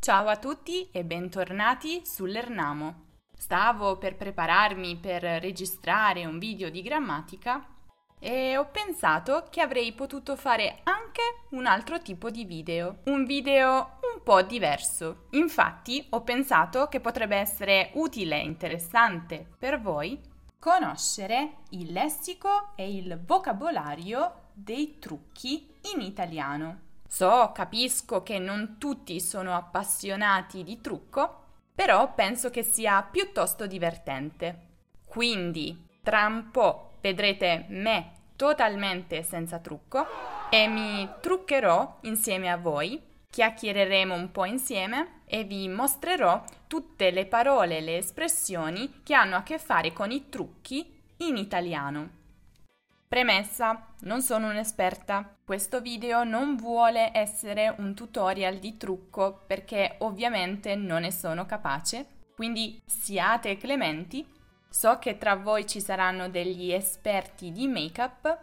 Ciao a tutti e bentornati sull'Ernamo. Stavo per prepararmi per registrare un video di grammatica e ho pensato che avrei potuto fare anche un altro tipo di video, un video un po' diverso. Infatti ho pensato che potrebbe essere utile e interessante per voi conoscere il lessico e il vocabolario dei trucchi in italiano. Capisco che non tutti sono appassionati di trucco, però penso che sia piuttosto divertente. Quindi, tra un po' vedrete me totalmente senza trucco e mi truccherò insieme a voi, chiacchiereremo un po' insieme e vi mostrerò tutte le parole e le espressioni che hanno a che fare con i trucchi in italiano. Premessa, non sono un'esperta. Questo video non vuole essere un tutorial di trucco perché ovviamente non ne sono capace, quindi siate clementi. So che tra voi ci saranno degli esperti di make-up.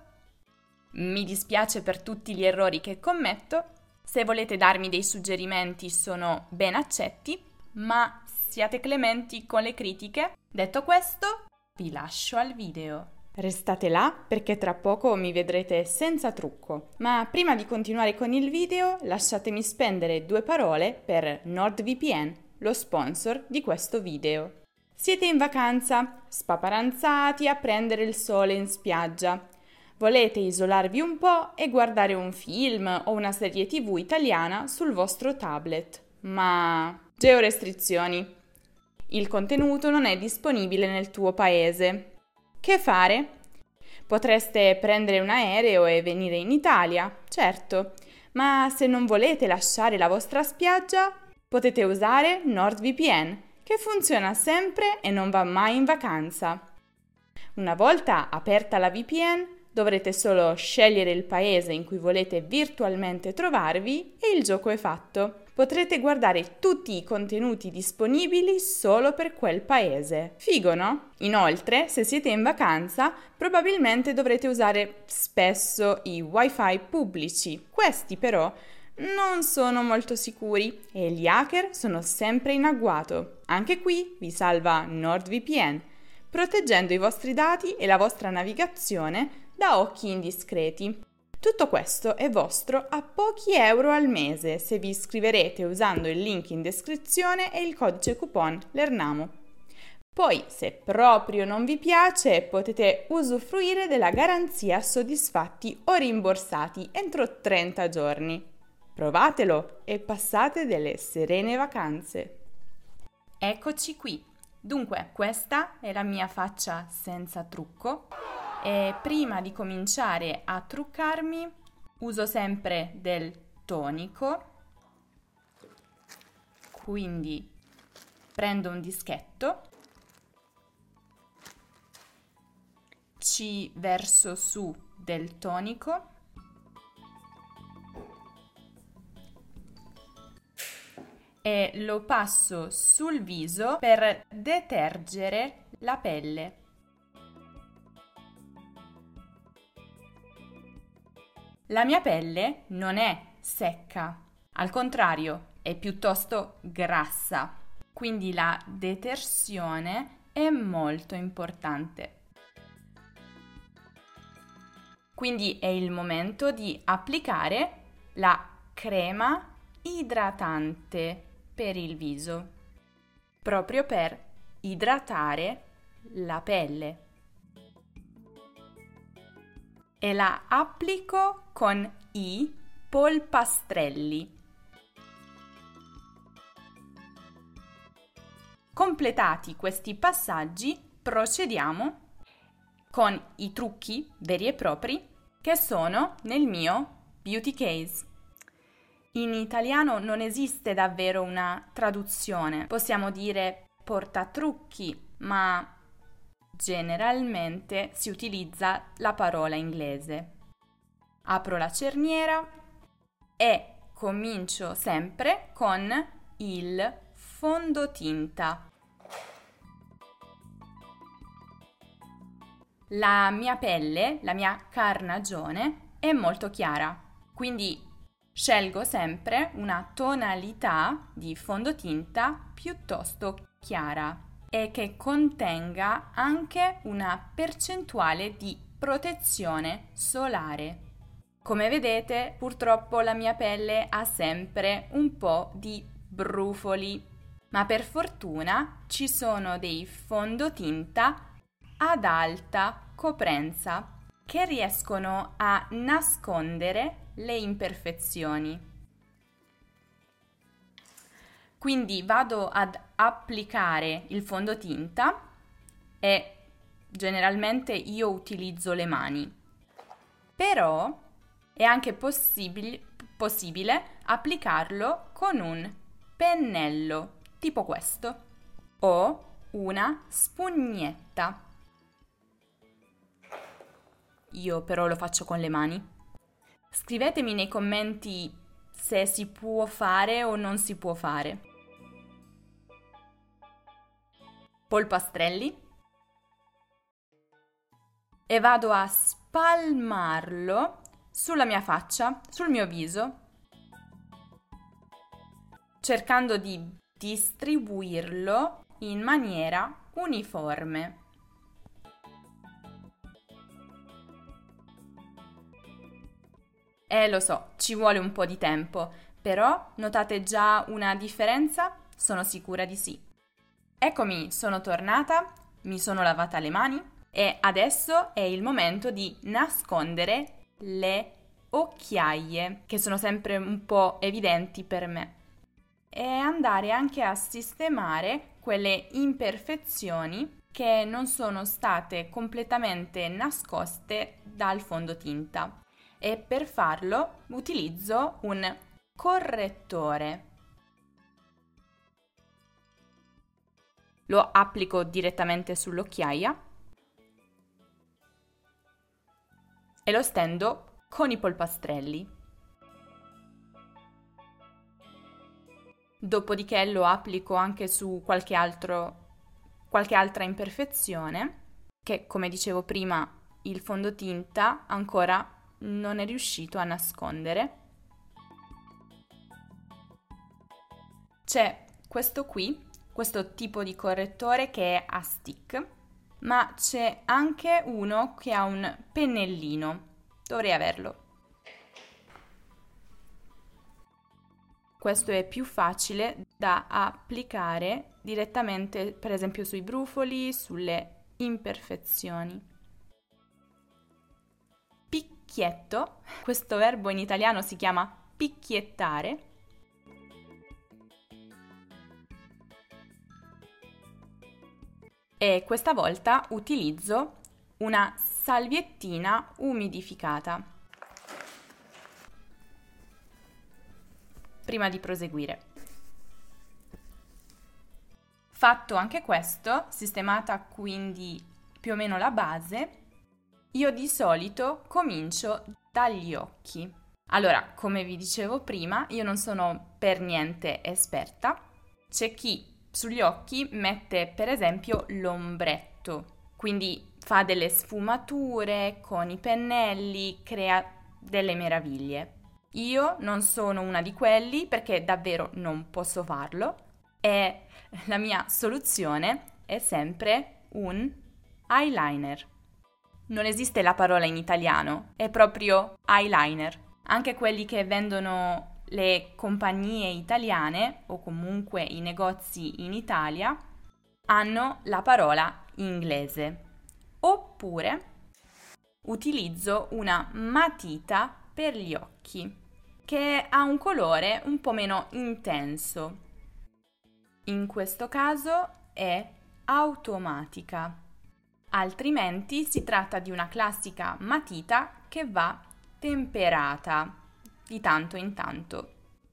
Mi dispiace per tutti gli errori che commetto. Se volete darmi dei suggerimenti sono ben accetti, ma siate clementi con le critiche. Detto questo, vi lascio al video. Restate là perché tra poco mi vedrete senza trucco. Ma prima di continuare con il video, lasciatemi spendere 2 parole per NordVPN, lo sponsor di questo video. Siete in vacanza, spaparanzati a prendere il sole in spiaggia. Volete isolarvi un po' e guardare un film o una serie TV italiana sul vostro tablet. Ma georestrizioni. Il contenuto non è disponibile nel tuo paese. Che fare? Potreste prendere un aereo e venire in Italia, certo, ma se non volete lasciare la vostra spiaggia, potete usare NordVPN, che funziona sempre e non va mai in vacanza. Una volta aperta la VPN, dovrete solo scegliere il paese in cui volete virtualmente trovarvi e il gioco è fatto. Potrete guardare tutti i contenuti disponibili solo per quel paese. Figo, no? Inoltre, se siete in vacanza, probabilmente dovrete usare spesso i wifi pubblici. Questi però non sono molto sicuri e gli hacker sono sempre in agguato. Anche qui vi salva NordVPN, proteggendo i vostri dati e la vostra navigazione da occhi indiscreti. Tutto questo è vostro a pochi euro al mese se vi iscriverete usando il link in descrizione e il codice coupon LERNAMO. Poi, se proprio non vi piace, potete usufruire della garanzia soddisfatti o rimborsati entro 30 giorni. Provatelo e passate delle serene vacanze. Eccoci qui. Dunque, questa è la mia faccia senza trucco. E prima di cominciare a truccarmi uso sempre del tonico, quindi prendo un dischetto, ci verso su del tonico e lo passo sul viso per detergere la pelle. La mia pelle non è secca, al contrario, è piuttosto grassa, quindi la detersione è molto importante. Quindi è il momento di applicare la crema idratante per il viso, proprio per idratare la pelle. E la applico con i polpastrelli. Completati questi passaggi, procediamo con i trucchi veri e propri che sono nel mio beauty case. In italiano non esiste davvero una traduzione, possiamo dire portatrucchi, ma generalmente si utilizza la parola inglese. Apro la cerniera e comincio sempre con il fondotinta. La mia pelle, la mia carnagione è molto chiara, quindi scelgo sempre una tonalità di fondotinta piuttosto chiara e che contenga anche una percentuale di protezione solare. Come vedete, purtroppo la mia pelle ha sempre un po' di brufoli, ma per fortuna ci sono dei fondotinta ad alta coprenza che riescono a nascondere le imperfezioni. Quindi vado ad applicare il fondotinta e generalmente io utilizzo le mani, però è anche possibile applicarlo con un pennello, tipo questo, o una spugnetta. Io però lo faccio con le mani. Scrivetemi nei commenti se si può fare o non si può fare. Polpastrelli. E vado a spalmarlo sulla mia faccia, sul mio viso, cercando di distribuirlo in maniera uniforme. Lo so, ci vuole un po' di tempo, però notate già una differenza? Sono sicura di sì. Eccomi, sono tornata, mi sono lavata le mani e adesso è il momento di nascondere le occhiaie, che sono sempre un po' evidenti per me, e andare anche a sistemare quelle imperfezioni che non sono state completamente nascoste dal fondotinta. E per farlo utilizzo un correttore. Lo applico direttamente sull'occhiaia e lo stendo con i polpastrelli. Dopodiché lo applico anche su qualche altra imperfezione che, come dicevo prima, il fondotinta ancora non è riuscito a nascondere. C'è questo tipo di correttore che è a stick, ma c'è anche uno che ha un pennellino. Dovrei averlo. Questo è più facile da applicare direttamente, per esempio, sui brufoli, sulle imperfezioni. Picchietto, questo verbo in italiano si chiama picchiettare. E questa volta utilizzo una salviettina umidificata. Prima di proseguire. Fatto anche questo, sistemata quindi più o meno la base, io di solito comincio dagli occhi. Allora, come vi dicevo prima, io non sono per niente esperta. C'è chi sugli occhi mette per esempio l'ombretto, quindi fa delle sfumature con i pennelli, crea delle meraviglie. Io non sono una di quelli perché davvero non posso farlo e la mia soluzione è sempre un eyeliner. Non esiste la parola in italiano, è proprio eyeliner. Anche quelli che vendono le compagnie italiane o comunque i negozi in Italia hanno la parola inglese. Oppure utilizzo una matita per gli occhi che ha un colore un po' meno intenso. In questo caso è automatica. Altrimenti si tratta di una classica matita che va temperata di tanto in tanto.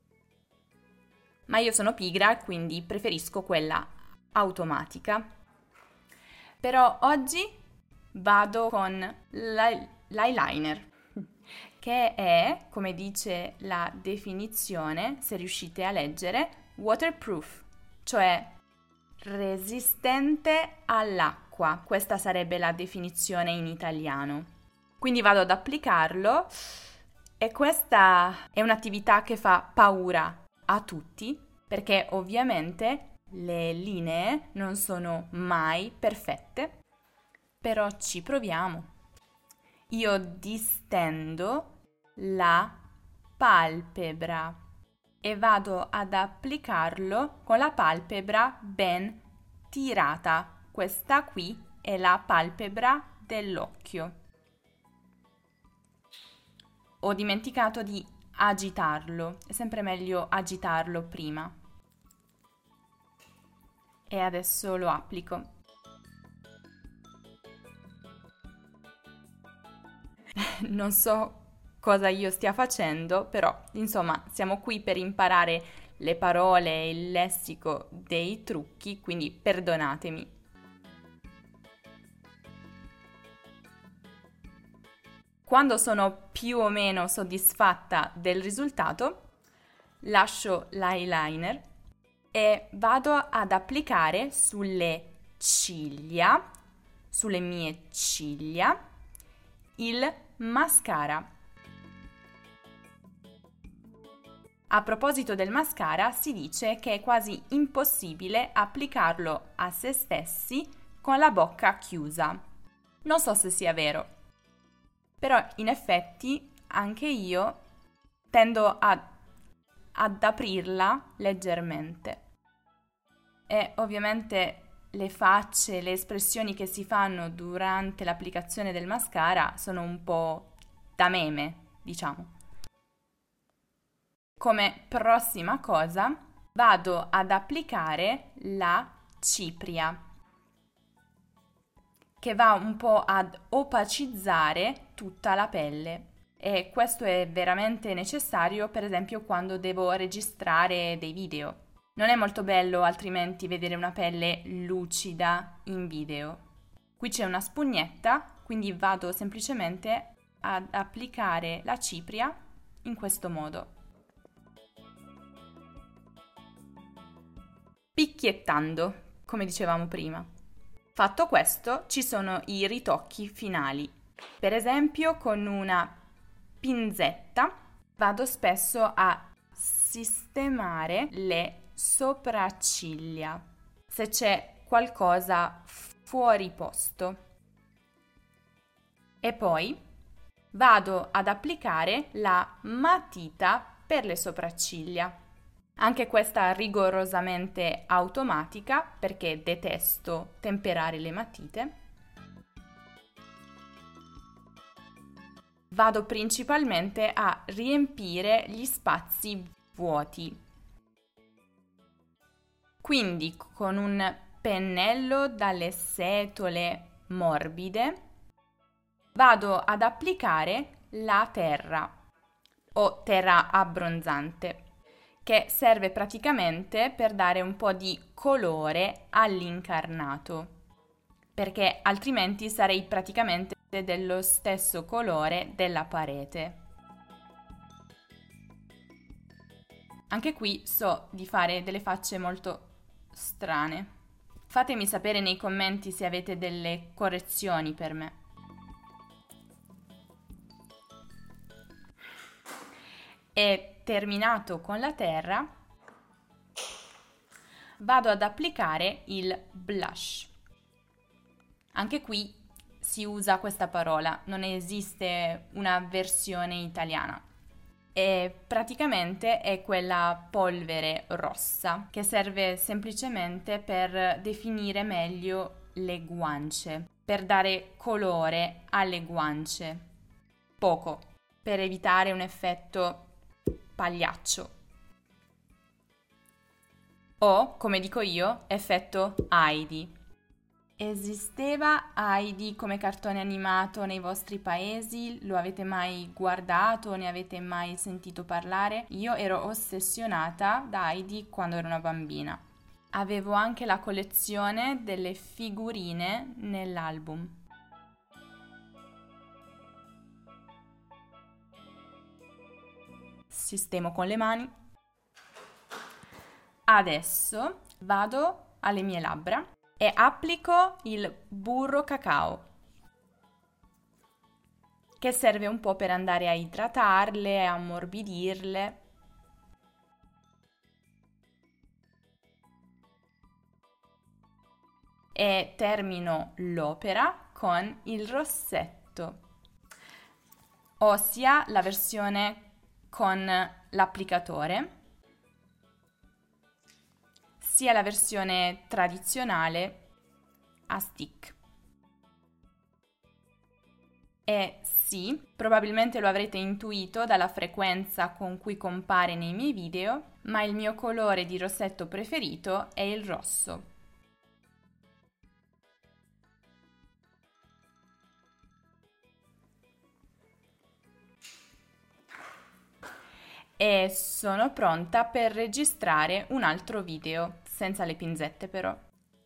Ma io sono pigra, quindi preferisco quella automatica. Però oggi vado con l'eyeliner, che è, come dice la definizione, se riuscite a leggere, waterproof, cioè resistente all'acqua. Questa sarebbe la definizione in italiano. Quindi vado ad applicarlo E questa è un'attività che fa paura a tutti, perché ovviamente le linee non sono mai perfette, però ci proviamo. Io distendo la palpebra e vado ad applicarlo con la palpebra ben tirata. Questa qui è la palpebra dell'occhio. Ho dimenticato di agitarlo, è sempre meglio agitarlo prima. E adesso lo applico. Non so cosa io stia facendo, però insomma siamo qui per imparare le parole e il lessico dei trucchi, quindi perdonatemi. Quando sono più o meno soddisfatta del risultato, lascio l'eyeliner e vado ad applicare sulle ciglia, sulle mie ciglia, il mascara. A proposito del mascara, si dice che è quasi impossibile applicarlo a se stessi con la bocca chiusa. Non so se sia vero, però in effetti anche io tendo ad aprirla leggermente. E ovviamente le facce, le espressioni che si fanno durante l'applicazione del mascara sono un po' da meme, diciamo. Come prossima cosa vado ad applicare la cipria, che va un po' ad opacizzare tutta la pelle. E questo è veramente necessario, per esempio, quando devo registrare dei video. Non è molto bello altrimenti vedere una pelle lucida in video. Qui c'è una spugnetta, quindi vado semplicemente ad applicare la cipria in questo modo. Picchiettando, come dicevamo prima. Fatto questo, ci sono i ritocchi finali. Per esempio, con una pinzetta vado spesso a sistemare le sopracciglia, se c'è qualcosa fuori posto. E poi vado ad applicare la matita per le sopracciglia. Anche questa rigorosamente automatica perché detesto temperare le matite. Vado principalmente a riempire gli spazi vuoti. Quindi con un pennello dalle setole morbide vado ad applicare la terra o terra abbronzante, che serve praticamente per dare un po' di colore all'incarnato, perché altrimenti sarei praticamente dello stesso colore della parete. Anche qui so di fare delle facce molto strane. Fatemi sapere nei commenti se avete delle correzioni per me. E terminato con la terra, vado ad applicare il blush. Anche qui si usa questa parola, non esiste una versione italiana. E praticamente è quella polvere rossa che serve semplicemente per definire meglio le guance, per dare colore alle guance. Poco, per evitare un effetto pagliaccio. O, come dico io, effetto Heidi. Esisteva Heidi come cartone animato nei vostri paesi? Lo avete mai guardato? Ne avete mai sentito parlare? Io ero ossessionata da Heidi quando ero una bambina. Avevo anche la collezione delle figurine nell'album. Sistemo con le mani. Adesso vado alle mie labbra e applico il burro cacao. che serve un po' per andare a idratarle, a ammorbidirle. E termino l'opera con il rossetto, ossia la versione con l'applicatore, sia la versione tradizionale a stick. E sì, probabilmente lo avrete intuito dalla frequenza con cui compare nei miei video, ma il mio colore di rossetto preferito è il rosso. E sono pronta per registrare un altro video, senza le pinzette però.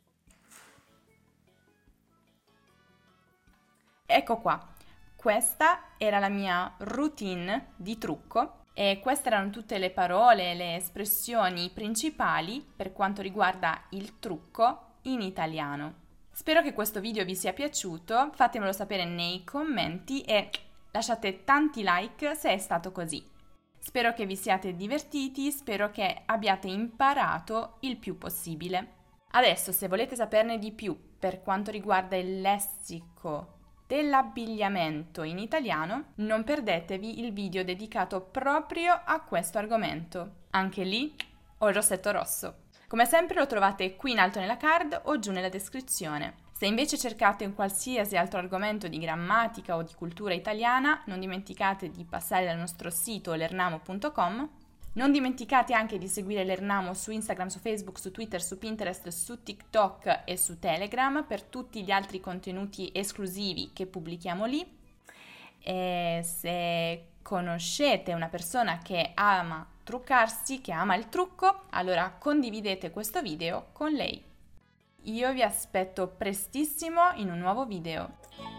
Ecco qua, questa era la mia routine di trucco e queste erano tutte le parole, le espressioni principali per quanto riguarda il trucco in italiano. Spero che questo video vi sia piaciuto, fatemelo sapere nei commenti e lasciate tanti like se è stato così. Spero che vi siate divertiti, spero che abbiate imparato il più possibile. Adesso, se volete saperne di più per quanto riguarda il lessico dell'abbigliamento in italiano, non perdetevi il video dedicato proprio a questo argomento. Anche lì ho il rossetto rosso. Come sempre lo trovate qui in alto nella card o giù nella descrizione. Se invece cercate un qualsiasi altro argomento di grammatica o di cultura italiana, non dimenticate di passare dal nostro sito lernamo.com. Non dimenticate anche di seguire l'Ernamo su Instagram, su Facebook, su Twitter, su Pinterest, su TikTok e su Telegram per tutti gli altri contenuti esclusivi che pubblichiamo lì. E se conoscete una persona che ama truccarsi, che ama il trucco, allora condividete questo video con lei. Io vi aspetto prestissimo in un nuovo video.